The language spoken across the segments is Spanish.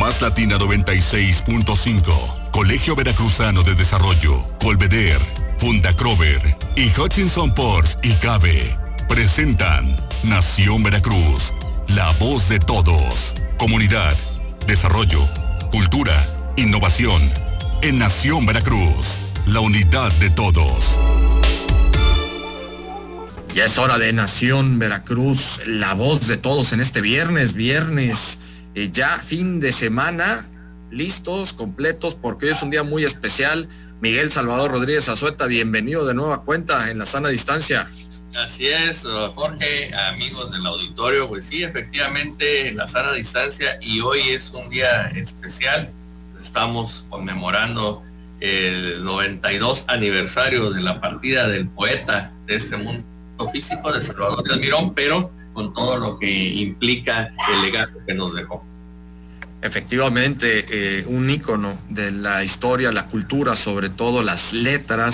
Más Latina 96.5, Colegio Veracruzano de Desarrollo, Colveder, Fundacrover y Hutchinson Ports y Cabe presentan Nación Veracruz, la voz de todos. Comunidad, desarrollo, cultura, innovación. En Nación Veracruz, la unidad de todos. Ya es hora de Nación Veracruz, la voz de todos en este viernes, ya fin de semana, listos, completos, porque hoy es un día muy especial. Miguel Salvador Rodríguez Azueta, bienvenido de nueva cuenta en la sana distancia. Así es, Jorge, amigos del auditorio, pues sí, efectivamente, en la sana distancia, y hoy es un día especial. Estamos conmemorando el 92 aniversario de la partida del poeta de este mundo físico, de Salvador Díaz Mirón, pero con todo lo que implica el legado que nos dejó. Efectivamente, un ícono de la historia, la cultura, sobre todo las letras,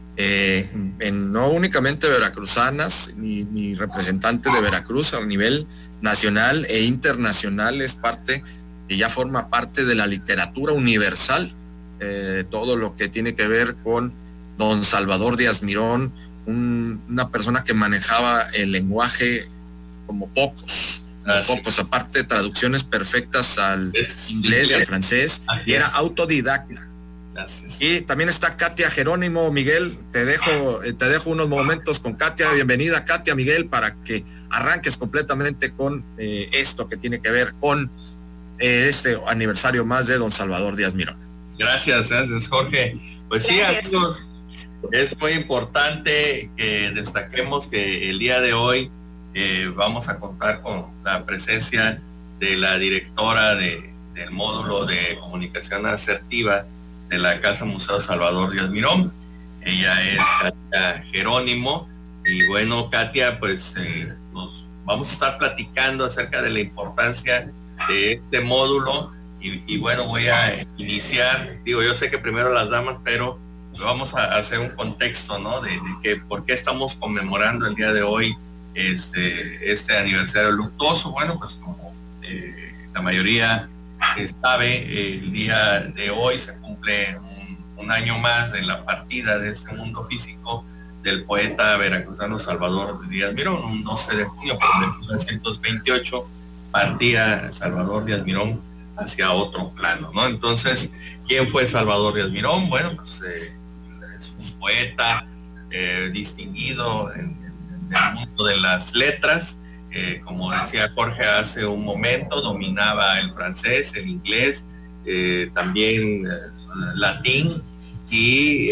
no únicamente veracruzanas, ni representante de Veracruz a nivel nacional e internacional, es parte, y ya forma parte de la literatura universal, todo lo que tiene que ver con don Salvador Díaz Mirón, una persona que manejaba el lenguaje como pocos, aparte traducciones perfectas al inglés y al francés, y era autodidacta. Gracias. Y también está Katia Jerónimo. Miguel, te dejo unos momentos con Katia. Bienvenida, Katia, Miguel, para que arranques completamente con esto que tiene que ver con este aniversario más de don Salvador Díaz Mirón. Gracias, Jorge. Pues sí, amigos, es muy importante que destaquemos que el día de hoy vamos a contar con la presencia de la directora del módulo de comunicación asertiva de la Casa Museo Salvador Díaz Mirón. Ella es Katia Jerónimo, y bueno, Katia, pues nos vamos a estar platicando acerca de la importancia de este módulo, y bueno, voy a iniciar, yo sé que primero las damas, pero vamos a hacer un contexto, ¿no? De que por qué estamos conmemorando el día de hoy este aniversario luctuoso. Bueno, pues como la mayoría sabe, el día de hoy se cumple un año más de la partida de este mundo físico del poeta veracruzano Salvador Díaz Mirón. Un 12 de junio de 1928 partía Salvador Díaz Mirón hacia otro plano, ¿no? Entonces, ¿quién fue Salvador Díaz Mirón? Bueno, pues es un poeta distinguido en el mundo de las letras. Como decía Jorge hace un momento, dominaba el francés, el inglés, también latín y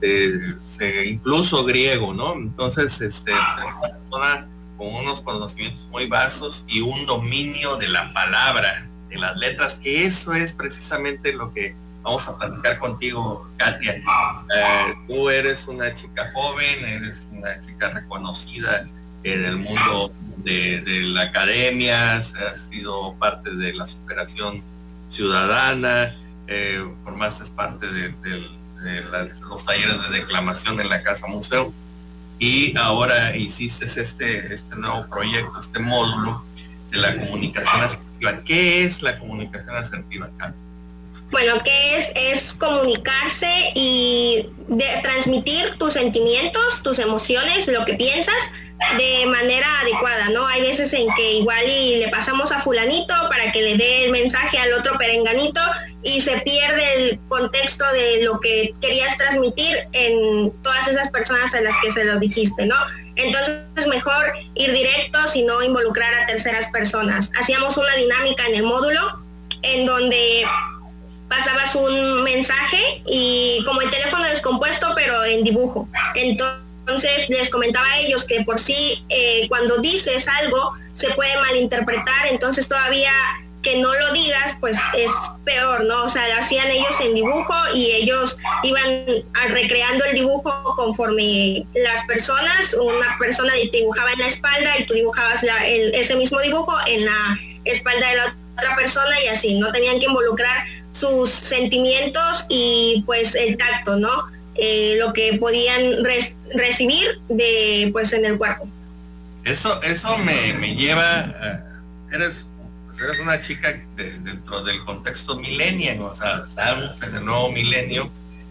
incluso griego, ¿no? Entonces, una persona con unos conocimientos muy vastos y un dominio de la palabra, de las letras, que eso es precisamente lo que vamos a platicar contigo, Katia. Tú eres una chica joven, eres una chica reconocida en el mundo de la academia, has sido parte de la superación ciudadana, formaste parte de los talleres de declamación en la Casa Museo, y ahora hiciste este nuevo proyecto, este módulo de la comunicación asertiva. ¿Qué es la comunicación asertiva, Katia? Bueno, ¿qué es? Es comunicarse y transmitir tus sentimientos, tus emociones, lo que piensas de manera adecuada, ¿no? Hay veces en que igual y le pasamos a fulanito para que le dé el mensaje al otro perenganito y se pierde el contexto de lo que querías transmitir en todas esas personas a las que se lo dijiste, ¿no? Entonces es mejor ir directo, y no involucrar a terceras personas. Hacíamos una dinámica en el módulo en donde pasabas un mensaje y como el teléfono descompuesto, pero en dibujo. Entonces les comentaba a ellos que por sí cuando dices algo se puede malinterpretar, entonces todavía que no lo digas pues es peor, ¿no? O sea, lo hacían ellos en dibujo y ellos iban recreando el dibujo conforme las personas, una persona te dibujaba en la espalda y tú dibujabas ese mismo dibujo en la espalda de la otra persona, y así no tenían que involucrar sus sentimientos y pues el tacto, ¿no? Lo que podían recibir en el cuerpo. Eso me lleva, eres pues eres una chica dentro del contexto millennial, o sea, estamos en el nuevo milenio.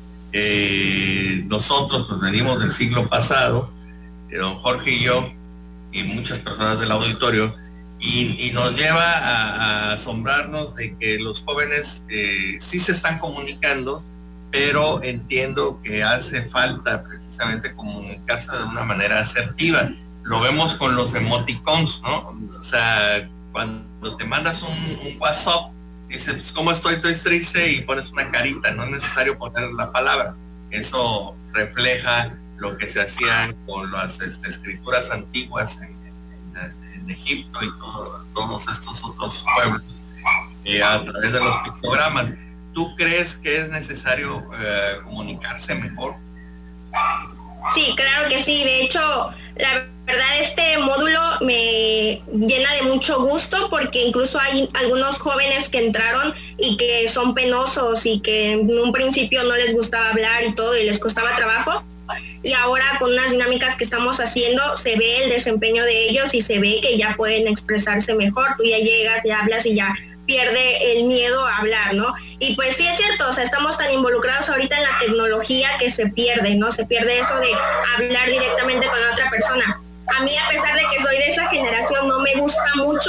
Nosotros pues venimos del siglo pasado, don Jorge y yo, y muchas personas del auditorio, y nos lleva a asombrarnos de que los jóvenes sí se están comunicando, pero entiendo que hace falta precisamente comunicarse de una manera asertiva. Lo vemos con los emoticons, ¿no? O sea, cuando te mandas un WhatsApp, dices, pues, ¿cómo estoy? Estoy triste, y pones una carita, no es necesario poner la palabra. Eso refleja lo que se hacían con las escrituras antiguas en Egipto y todos estos otros pueblos a través de los pictogramas. ¿Tú crees que es necesario comunicarse mejor? Sí, claro que sí. De hecho, la verdad, este módulo me llena de mucho gusto, porque incluso hay algunos jóvenes que entraron y que son penosos y que en un principio no les gustaba hablar y todo, y les costaba trabajo. Y ahora, con unas dinámicas que estamos haciendo, se ve el desempeño de ellos y se ve que ya pueden expresarse mejor. Tú ya llegas, ya hablas y ya pierde el miedo a hablar, ¿no? Y pues sí es cierto, o sea, estamos tan involucrados ahorita en la tecnología que se pierde, ¿no? Se pierde eso de hablar directamente con la otra persona. A mí, a pesar de que soy de esa generación, no me gusta mucho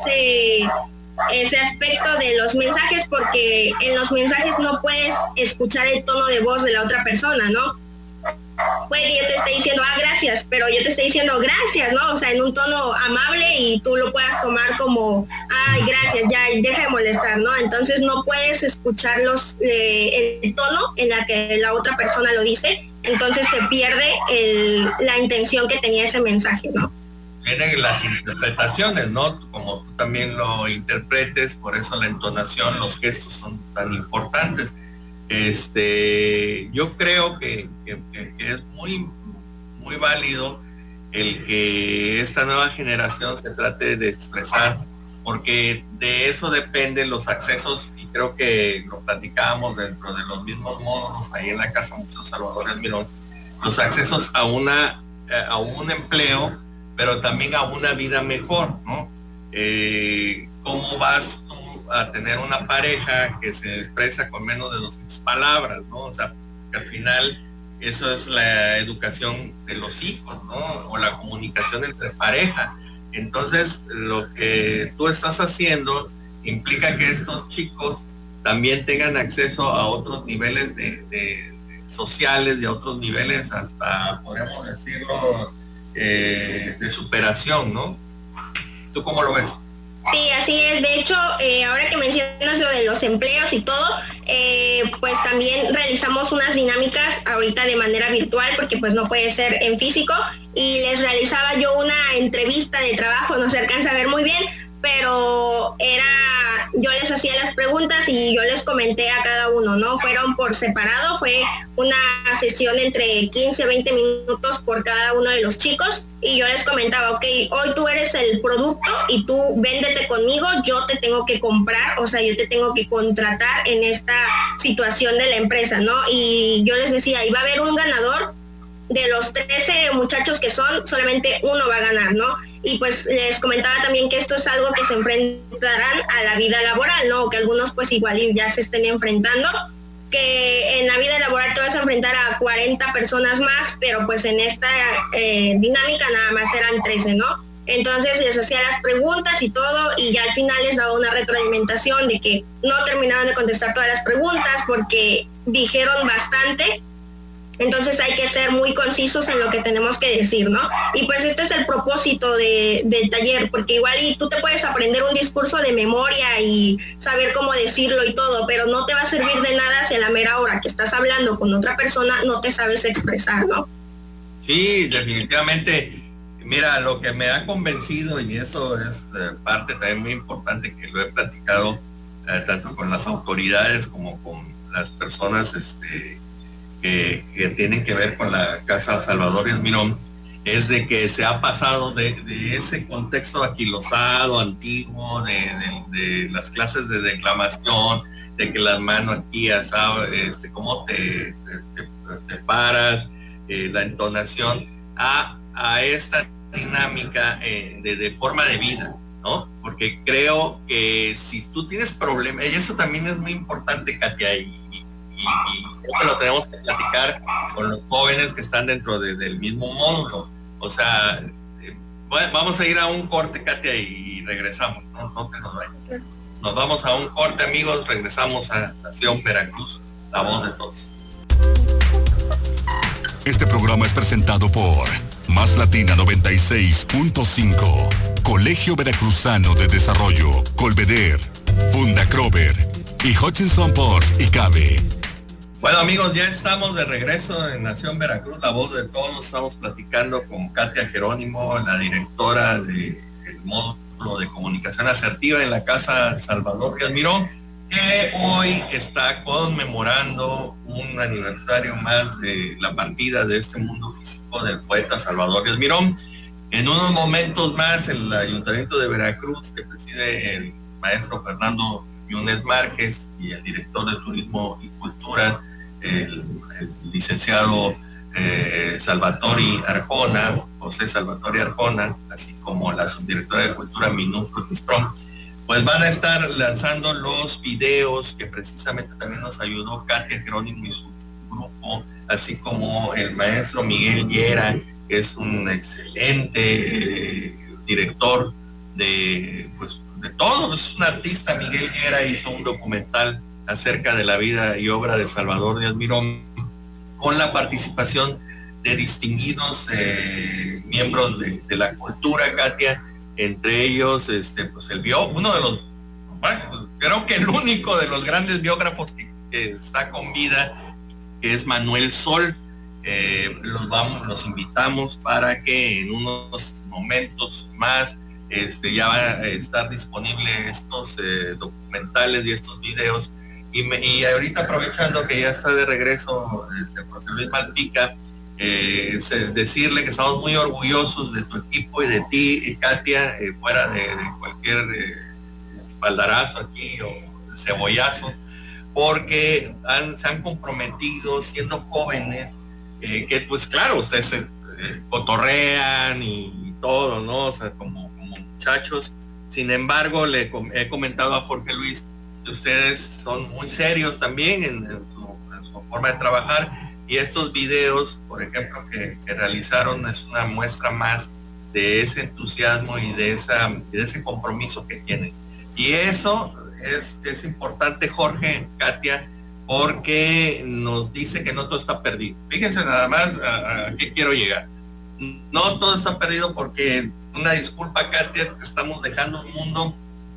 ese aspecto de los mensajes, porque en los mensajes no puedes escuchar el tono de voz de la otra persona, ¿no? Puede que yo te esté diciendo, gracias, pero yo te estoy diciendo gracias, ¿no? O sea, en un tono amable, y tú lo puedas tomar como, ay, gracias, ya, deja de molestar, ¿no? Entonces no puedes escuchar el tono en la que la otra persona lo dice, entonces se pierde la intención que tenía ese mensaje, ¿no? Vienen las interpretaciones, ¿no? Como tú también lo interpretes, por eso la entonación, los gestos son tan importantes. Yo creo que es muy, muy válido el que esta nueva generación se trate de expresar, porque de eso dependen los accesos, y creo que lo platicábamos dentro de los mismos módulos ahí en la casa Museo Salvador Almirón, los accesos a un empleo, pero también a una vida mejor, ¿no? ¿Cómo vas tú a tener una pareja que se expresa con menos de 200 palabras, ¿no? O sea, que al final eso es la educación de los hijos, ¿no? O la comunicación entre pareja. Entonces, lo que tú estás haciendo implica que estos chicos también tengan acceso a otros niveles de sociales, y a otros niveles, hasta podemos decirlo, de superación, ¿no? ¿Tú cómo lo ves? Sí, así es. De hecho, ahora que mencionas lo de los empleos y todo, pues también realizamos unas dinámicas ahorita de manera virtual, porque pues no puede ser en físico, y les realizaba yo una entrevista de trabajo, no se alcanza a ver muy bien, pero yo les hacía las preguntas y yo les comenté a cada uno, ¿no? Fueron por separado, fue una sesión entre 15 a 20 minutos por cada uno de los chicos, y yo les comentaba, ok, hoy tú eres el producto y tú véndete conmigo, yo te tengo que comprar, o sea, yo te tengo que contratar en esta situación de la empresa, ¿no? Y yo les decía, y va a haber un ganador. De los 13 muchachos que son, solamente uno va a ganar, ¿no? Y pues les comentaba también que esto es algo que se enfrentarán a la vida laboral, ¿no? Que algunos pues igual ya se estén enfrentando, que en la vida laboral te vas a enfrentar a 40 personas más, pero pues en esta dinámica nada más eran 13, ¿no? Entonces les hacía las preguntas y todo, y ya al final les daba una retroalimentación de que no terminaban de contestar todas las preguntas porque dijeron bastante. Entonces hay que ser muy concisos en lo que tenemos que decir, ¿no? Y pues este es el propósito del taller, porque igual y tú te puedes aprender un discurso de memoria y saber cómo decirlo y todo, pero no te va a servir de nada si a la mera hora que estás hablando con otra persona no te sabes expresar, ¿no? Sí, definitivamente. Mira, lo que me ha convencido, y eso es parte también muy importante, que lo he platicado tanto con las autoridades como con las personas que tienen que ver con la Casa Salvador Almirón, es de que se ha pasado de ese contexto aquilosado, antiguo, de las clases de declamación, de que las manos aquí, ¿sabes? Cómo te paras, la entonación, a esta dinámica de forma de vida, ¿no? Porque creo que si tú tienes problemas, y eso también es muy importante, Katia, y creo que lo tenemos que platicar con los jóvenes que están dentro del mismo mundo. O sea, vamos a ir a un corte, Katia, y regresamos, no te nos vayas. Nos vamos a un corte, amigos, regresamos a Nación Veracruz, la voz de todos. Este programa es presentado por Más Latina 96.5, Colegio Veracruzano de Desarrollo, Colveder, Fundacrover y Hutchinson Ports y Cabe. Bueno, amigos, ya estamos de regreso en Nación Veracruz, la voz de todos. Estamos platicando con Katia Jerónimo, la directora del módulo de comunicación asertiva en la Casa Salvador Díaz Miró, que hoy está conmemorando un aniversario más de la partida de este mundo físico del poeta Salvador Díaz Miró. En unos momentos más, el Ayuntamiento de Veracruz, que preside el maestro Fernando Yunes Márquez, y el director de Turismo y Cultura, el licenciado Salvatori Arjona, José Salvatori Arjona, así como la subdirectora de Cultura Minú Frutisprom, pues van a estar lanzando los videos que precisamente también nos ayudó Katia Jerónimo y su grupo, así como el maestro Miguel Llera, que es un excelente director de todo, es un artista. Miguel Llera hizo un documental acerca de la vida y obra de Salvador Díaz Miró, con la participación de distinguidos miembros de la cultura, Katia, entre ellos uno de los, creo que el único de los grandes biógrafos que está con vida, que es Manuel Sol. Los invitamos para que en unos momentos más ya van a estar disponibles estos documentales y estos videos. Y ahorita, aprovechando que ya está de regreso Jorge Luis Malpica, decirle que estamos muy orgullosos de tu equipo y de ti, Katia, fuera de cualquier espaldarazo aquí o cebollazo, porque se han comprometido siendo jóvenes, que pues claro, ustedes se cotorrean y todo, ¿no? O sea, como muchachos. Sin embargo, le he comentado a Jorge Luis que ustedes son muy serios también en su forma de trabajar, y estos videos, por ejemplo, que realizaron, es una muestra más de ese entusiasmo y de ese compromiso que tienen. Y eso es importante, Jorge, Katia, porque nos dice que no todo está perdido. Fíjense nada más a qué quiero llegar. No todo está perdido, porque, una disculpa, Katia, te estamos dejando un mundo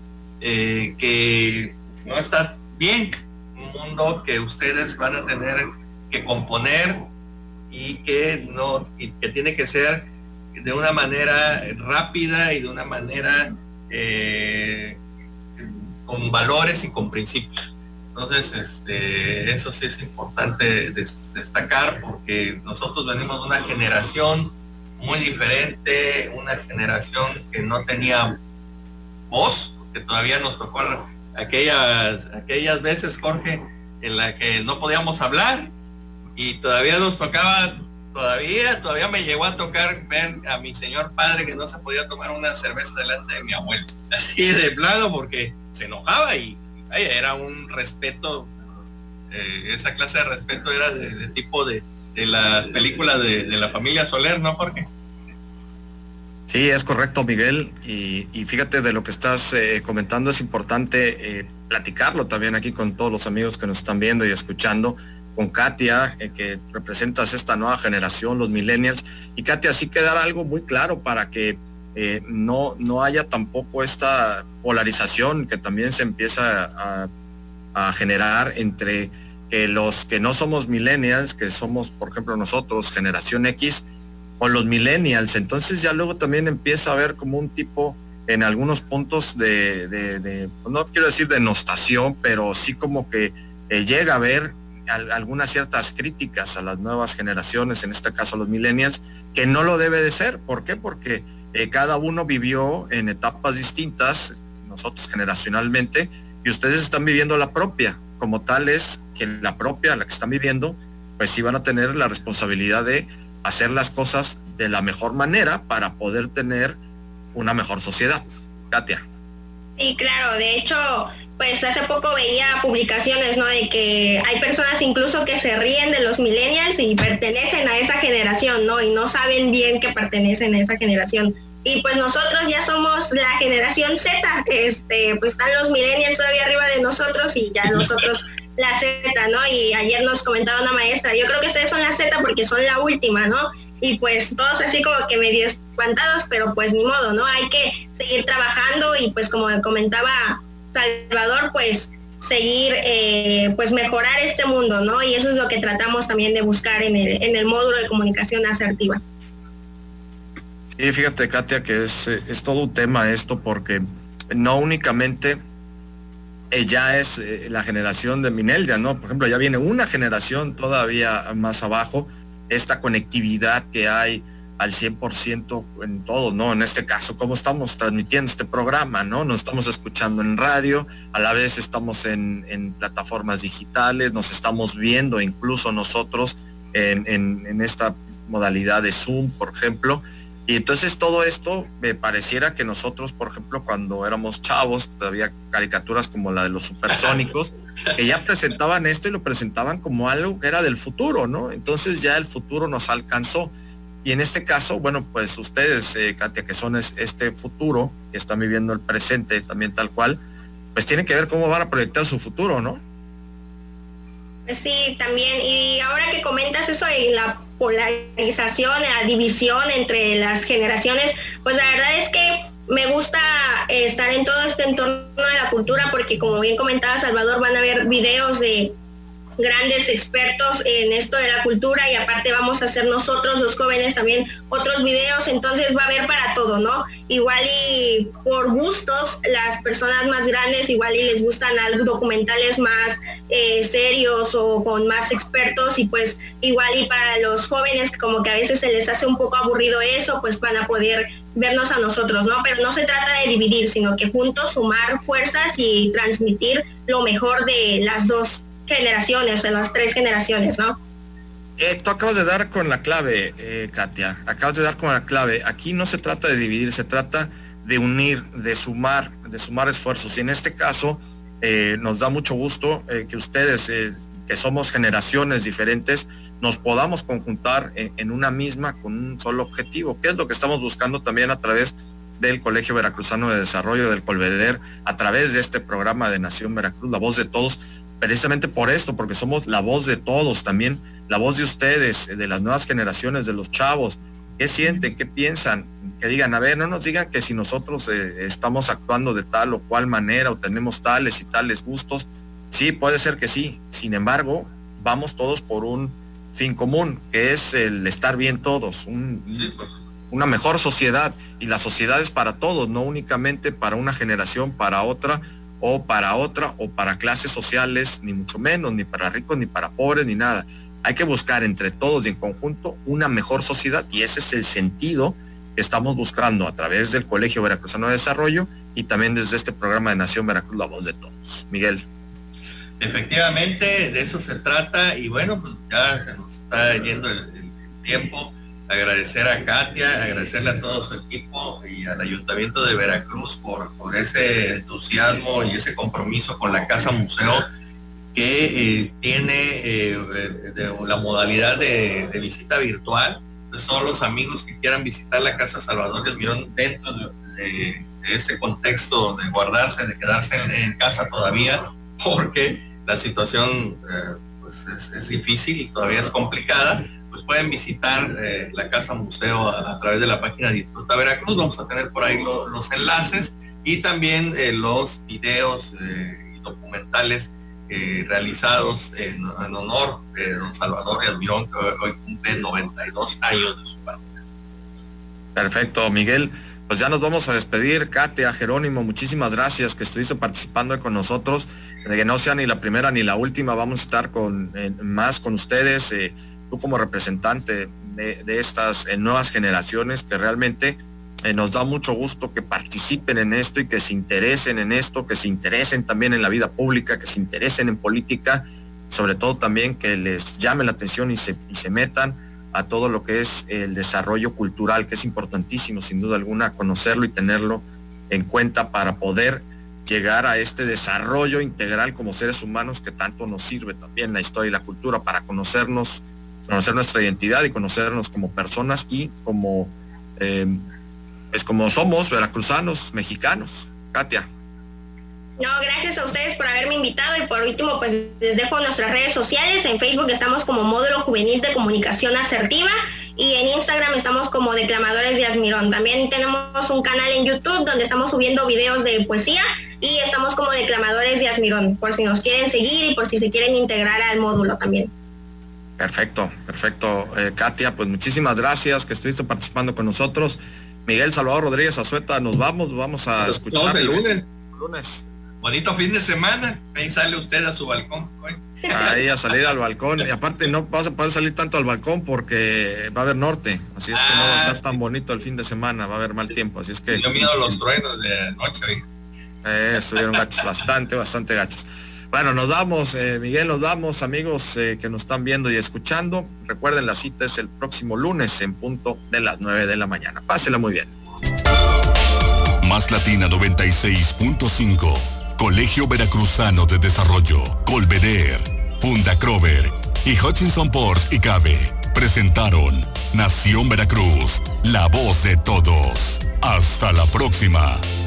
que no está bien, un mundo que ustedes van a tener que componer y que tiene que ser de una manera rápida y de una manera con valores y con principios. Entonces, eso sí es importante destacar, porque nosotros venimos de una generación muy diferente, una generación que no tenía voz, que todavía nos tocó aquellas veces, Jorge, en la que no podíamos hablar, y todavía nos tocaba, todavía me llegó a tocar ver a mi señor padre que no se podía tomar una cerveza delante de mi abuelo, así de plano, porque se enojaba, y era un respeto, esa clase de respeto era de tipo de las películas de la familia Soler, ¿no, Jorge? Sí, es correcto, Miguel, y fíjate, de lo que estás comentando, es importante platicarlo también aquí con todos los amigos que nos están viendo y escuchando, con Katia, que representas esta nueva generación, los millennials, y Katia, así quedar algo muy claro para que no haya tampoco esta polarización que también se empieza a generar entre que los que no somos millennials, que somos, por ejemplo, nosotros, generación X, o los millennials. Entonces ya luego también empieza a haber como un tipo, en algunos puntos de no quiero decir denostación, pero sí como que llega a haber algunas ciertas críticas a las nuevas generaciones, en este caso los millennials, que no lo debe de ser. ¿Por qué? Porque cada uno vivió en etapas distintas, nosotros generacionalmente, y ustedes están viviendo la propia. Como tal, es que la que están viviendo, pues sí van a tener la responsabilidad de hacer las cosas de la mejor manera para poder tener una mejor sociedad. Katia. Sí, claro, de hecho, pues hace poco veía publicaciones, ¿no? De que hay personas incluso que se ríen de los millennials y pertenecen a esa generación, ¿no? Y no saben bien que pertenecen a esa generación. Y pues nosotros ya somos la generación Z, pues están los millennials todavía arriba de nosotros y ya nosotros la Z, ¿no? Y ayer nos comentaba una maestra, yo creo que ustedes son la Z porque son la última, ¿no? Y pues todos así como que medio espantados, pero pues ni modo, ¿no? Hay que seguir trabajando y pues como comentaba Salvador, pues seguir, pues mejorar este mundo, ¿no? Y eso es lo que tratamos también de buscar en el módulo de comunicación asertiva. Sí, fíjate, Katia, que es todo un tema esto, porque no únicamente ya es la generación de millennials, ¿no? Por ejemplo, ya viene una generación todavía más abajo, esta conectividad que hay al 100% en todo, ¿no? En este caso, cómo estamos transmitiendo este programa, ¿no? Nos estamos escuchando en radio, a la vez estamos en plataformas digitales, nos estamos viendo incluso nosotros en esta modalidad de Zoom, por ejemplo. Y entonces todo esto me pareciera que nosotros, por ejemplo, cuando éramos chavos, todavía caricaturas como la de los supersónicos, que ya presentaban esto y lo presentaban como algo que era del futuro, ¿no? Entonces ya el futuro nos alcanzó. Y en este caso, bueno, pues ustedes, Katia, que son este futuro, que están viviendo el presente también tal cual, pues tienen que ver cómo van a proyectar su futuro, ¿no? Sí, también. Y ahora que comentas eso de la polarización, la división entre las generaciones, pues la verdad es que me gusta estar en todo este entorno de la cultura porque, como bien comentaba Salvador, van a haber videos de grandes expertos en esto de la cultura y aparte vamos a hacer nosotros los jóvenes también otros videos, entonces va a haber para todo, ¿no? Igual y por gustos las personas más grandes igual y les gustan documentales más serios o con más expertos y pues igual y para los jóvenes que como que a veces se les hace un poco aburrido eso, pues van a poder vernos a nosotros, ¿no? Pero no se trata de dividir, sino que juntos sumar fuerzas y transmitir lo mejor de las dos generaciones, de las tres generaciones, ¿no? Tú acabas de dar con la clave, Katia, acabas de dar con la clave. Aquí no se trata de dividir, se trata de unir, de sumar esfuerzos. Y en este caso nos da mucho gusto que ustedes, que somos generaciones diferentes, nos podamos conjuntar en una misma, con un solo objetivo, que es lo que estamos buscando también a través del Colegio Veracruzano de Desarrollo, del Colveder, a través de este programa de Nación Veracruz, La Voz de Todos, precisamente por esto, porque somos la voz de todos, también la voz de ustedes, de las nuevas generaciones, de los chavos. ¿Qué sienten? ¿Qué piensan? Que digan, a ver, no nos digan que si nosotros estamos actuando de tal o cual manera o tenemos tales y tales gustos. Sí, puede ser que sí. Sin embargo, vamos todos por un fin común, que es el estar bien todos, una mejor sociedad. Y la sociedad es para todos, no únicamente para una generación, para otra, o para clases sociales, ni mucho menos, ni para ricos, ni para pobres, ni nada. Hay que buscar entre todos y en conjunto una mejor sociedad, y ese es el sentido que estamos buscando a través del Colegio Veracruzano de Desarrollo y también desde este programa de Nación Veracruz, La Voz de Todos. Miguel. Efectivamente, de eso se trata, y bueno, pues ya se nos está yendo el tiempo. Agradecer a Katia, agradecerle a todo su equipo y al Ayuntamiento de Veracruz por ese entusiasmo y ese compromiso con la Casa Museo que tiene la modalidad de visita virtual. Pues todos los amigos que quieran visitar la Casa Salvador del Mirón dentro de este contexto de guardarse, de quedarse en casa todavía, porque la situación pues es difícil y todavía es complicada, pues pueden visitar la Casa Museo a través de la página Disfruta Veracruz. Vamos a tener por ahí los enlaces y también los videos y documentales realizados en honor de don Salvador Almirón, que hoy cumple 92 años de su partida. Perfecto, Miguel. Pues ya nos vamos a despedir. Katia, Jerónimo, muchísimas gracias que estuviste participando con nosotros. Que no sea ni la primera ni la última, vamos a estar más con ustedes. Tú como representante de estas nuevas generaciones que realmente nos da mucho gusto que participen en esto y que se interesen en esto, que se interesen también en la vida pública, que se interesen en política, sobre todo también que les llame la atención y se metan a todo lo que es el desarrollo cultural, que es importantísimo sin duda alguna conocerlo y tenerlo en cuenta para poder llegar a este desarrollo integral como seres humanos que tanto nos sirve también la historia y la cultura para conocernos, conocer nuestra identidad y conocernos como personas y como pues como somos veracruzanos, mexicanos. Katia. No, gracias a ustedes por haberme invitado y por último pues les dejo nuestras redes sociales. En Facebook estamos como Módulo Juvenil de Comunicación Asertiva y en Instagram estamos como Declamadores de Asmirón. También tenemos un canal en YouTube donde estamos subiendo videos de poesía y estamos como Declamadores de Asmirón, por si nos quieren seguir y por si se quieren integrar al módulo también. Perfecto. Katia, pues muchísimas gracias que estuviste participando con nosotros. Miguel Salvador Rodríguez Azueta, nos vamos a escuchar el lunes. Bonito fin de semana, ahí sale usted a su balcón hoy. Ahí a salir al balcón, y aparte no vas a poder salir tanto al balcón porque va a haber norte, así es que no va a estar tan bonito el fin de semana, va a haber mal tiempo, así es que... Yo miedo los truenos de anoche, estuvieron gachos, bastante gachos. Bueno, nos vamos, Miguel, nos vamos, amigos que nos están viendo y escuchando. Recuerden, la cita es el próximo lunes en punto de las 9 de la mañana. Pásela muy bien. Más Latina 96.5, Colegio Veracruzano de Desarrollo, Colveder, Fundacrover y Hutchinson Ports y Cabe presentaron Nación Veracruz, la voz de todos. Hasta la próxima.